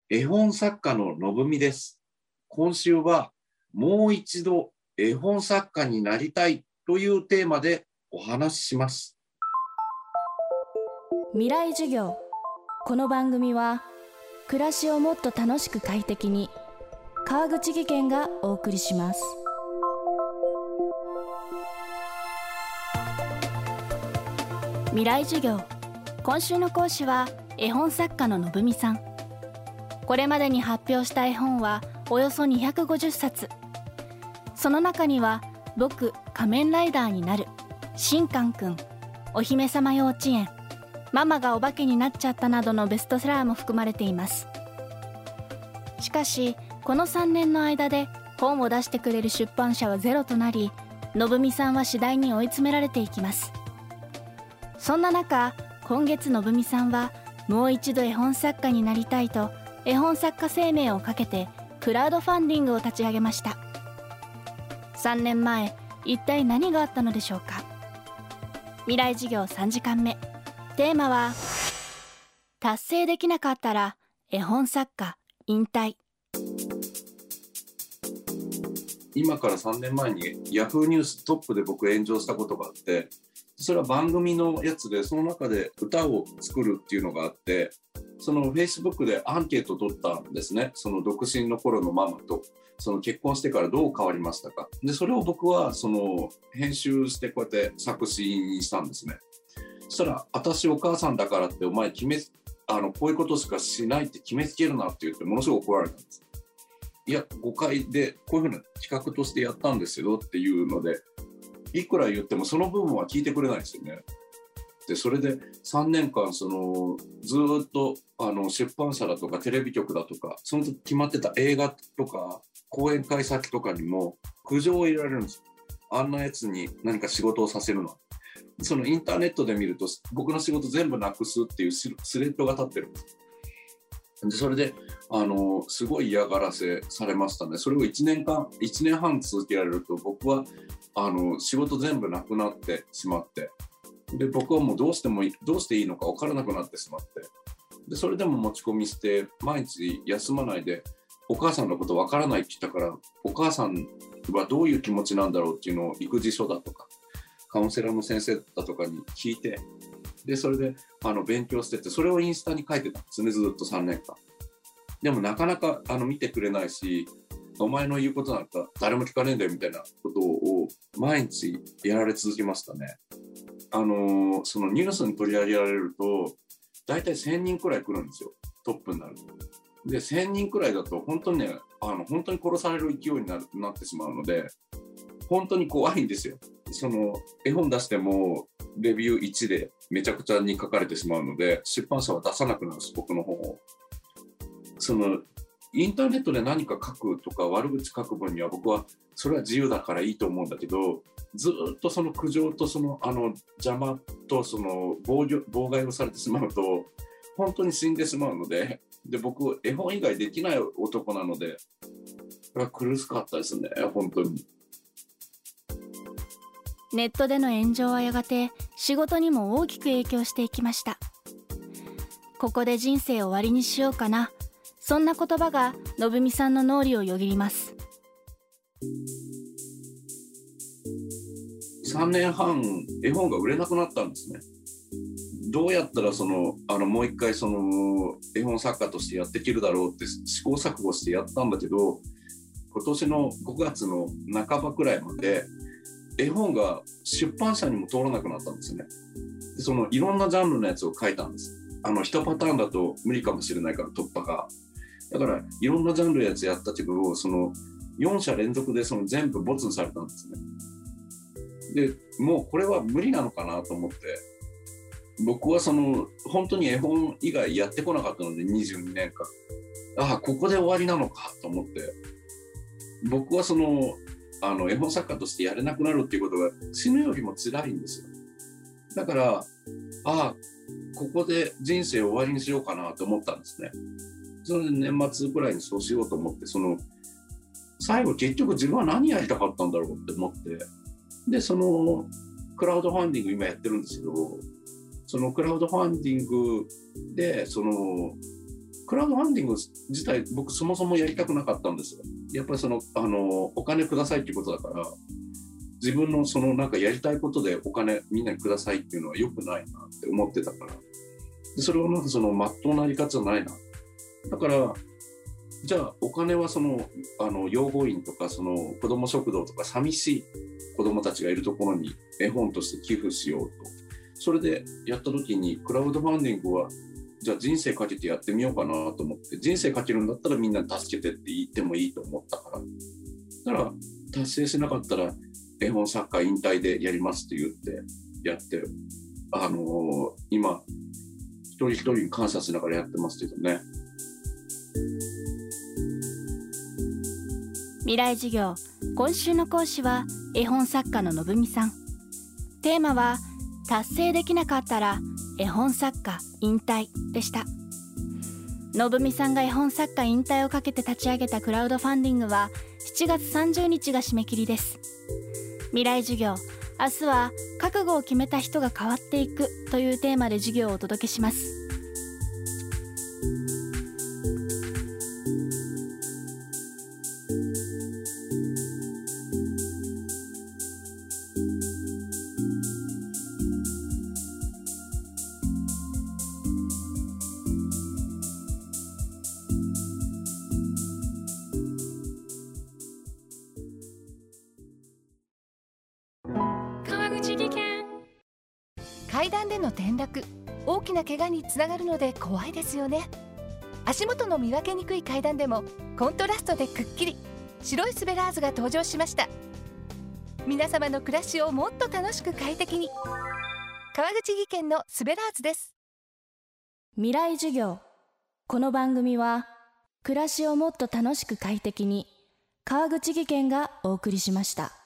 絵本作家ののぶみです。今週はもう一度絵本作家になりたいというテーマでお話しします。 未来授業。この番組は暮らしをもっと楽しく快適に、川口義賢がお送りします。未来授業。今週の講師は絵本作家ののぶみさん。これまでに発表した絵本はおよそ250冊。その中には僕仮面ライダーになる、しんかんくん、お姫様幼稚園、ママがお化けになっちゃったなどのベストセラーも含まれています。しかしこの3年の間で本を出してくれる出版社はゼロとなり、のぶみさんは次第に追い詰められていきます。そんな中、今月のぶみさんはもう一度絵本作家になりたいと絵本作家生命をかけてクラウドファンディングを立ち上げました。3年前、一体何があったのでしょうか。未来授業3時間目、テーマは達成できなかったら絵本作家引退。 今から3年前にヤフーニューストップで僕炎上したことがあって、それは番組のやつで、その中で歌を作るっていうのがあって、その Facebook でアンケートを取ったんですね。その独身の頃のママと、その結婚してからどう変わりましたか。で、それを僕はその編集してこうやって作詞にしたんですね。そしたら、私お母さんだからってお前こういうことしかしないって決めつけるなって言ってものすごく怒られたんです。いや、誤解でこういうふうな企画としてやったんですよっていうので、いくら言ってもその部分は聞いてくれないですよね。で、それで3年間ずっと出版社だとかテレビ局だとか、その時決まってた映画とか講演会先とかにも苦情を入れられるんですよ。あんなやつに何か仕事をさせるの。そのインターネットで見ると僕の仕事全部なくすっていうスレッドが立ってるんです。で、それですごい嫌がらせされましたね。それを1年半続けられると、僕は仕事全部なくなってしまって、で僕はもうどうしていいのか分からなくなってしまって、でそれでも持ち込みして毎日休まないで、お母さんのこと分からないって言ったから、お母さんはどういう気持ちなんだろうっていうのを育児書だとかカウンセラーの先生だとかに聞いて、でそれで勉強してて、それをインスタに書いてたんですね、ずっと3年間。でもなかなか見てくれないし、お前の言うことなんか誰も聞かねえんだよみたいなことを毎日やられ続けましたね。そのニュースに取り上げられると大体1000人くらい来るんですよ、トップになると。で1000人くらいだと本当にね、本当に殺される勢いになってしまうので、本当に怖いんですよ。その絵本出してもレビュー1でめちゃくちゃに書かれてしまうので、出版社は出さなくなるんです、僕の本を。そのインターネットで何か書くとか悪口書く分には僕はそれは自由だからいいと思うんだけど、ずっとその苦情と邪魔と妨害をされてしまうと本当に死んでしまうので、僕絵本以外できない男なので、苦しかったですね、本当に。 ネットでの炎上はやがて仕事にも大きく影響していきました。ここで人生を終わりにしようかな、そんな言葉がのぶみさんの脳裏をよぎります。 3年半絵本が売れなくなったんですね。どうやったらもう一回絵本作家としてやっていけるだろうって試行錯誤してやったんだけど、今年の5月の半ばくらいまで絵本が出版社にも通らなくなったんですね。でいろんなジャンルのやつを書いたんです。1パターンだと無理かもしれないから、突破が。だからいろんなジャンルのやつやったけど、4社連続で全部ボツにされたんですね。でもうこれは無理なのかなと思って、僕は本当に絵本以外やってこなかったので22年間、ここで終わりなのかと思って、僕は絵本作家としてやれなくなるっていうことが死ぬよりも辛いんですよ。だからここで人生を終わりにしようかなと思ったんですね。それで年末くらいにそうしようと思って、最後結局自分は何やりたかったんだろうって思って、でクラウドファンディング今やってるんですけど、そのクラウドファンディングでクラウドファンディング自体僕そもそもやりたくなかったんですよ。やっぱりお金くださいっていうことだから、自分のなんかやりたいことでお金みんなにくださいっていうのは良くないなって思ってたから、でそれはなんか真っ当なやり方じゃないな。だからじゃあお金は養護院とか子ども食堂とか寂しい子どもたちがいるところに絵本として寄付しようと、それでやった時にクラウドファンディングはじゃあ人生かけてやってみようかなと思って、人生かけるんだったらみんなに助けてって言ってもいいと思ったから、だから達成しなかったら絵本作家引退でやりますって言ってやって、今一人一人に感謝しながらやってますけどね。 未来授業、今週の講師は絵本作家ののぶみさん。テーマは達成できなかったら絵本作家引退でした。のぶみさんが絵本作家引退をかけて立ち上げたクラウドファンディングは7月30日が締め切りです。未来授業、明日は覚悟を決めた人が変わっていくというテーマで授業をお届けします。 階段での転落、大きな怪我につながるので怖いですよね。足元の見分けにくい階段でもコントラストでくっきり白いスベラーズが登場しました。皆様の暮らしをもっと楽しく快適に、川口技研のスベラーズです。 未来授業、この番組は暮らしをもっと楽しく快適に、川口技研がお送りしました。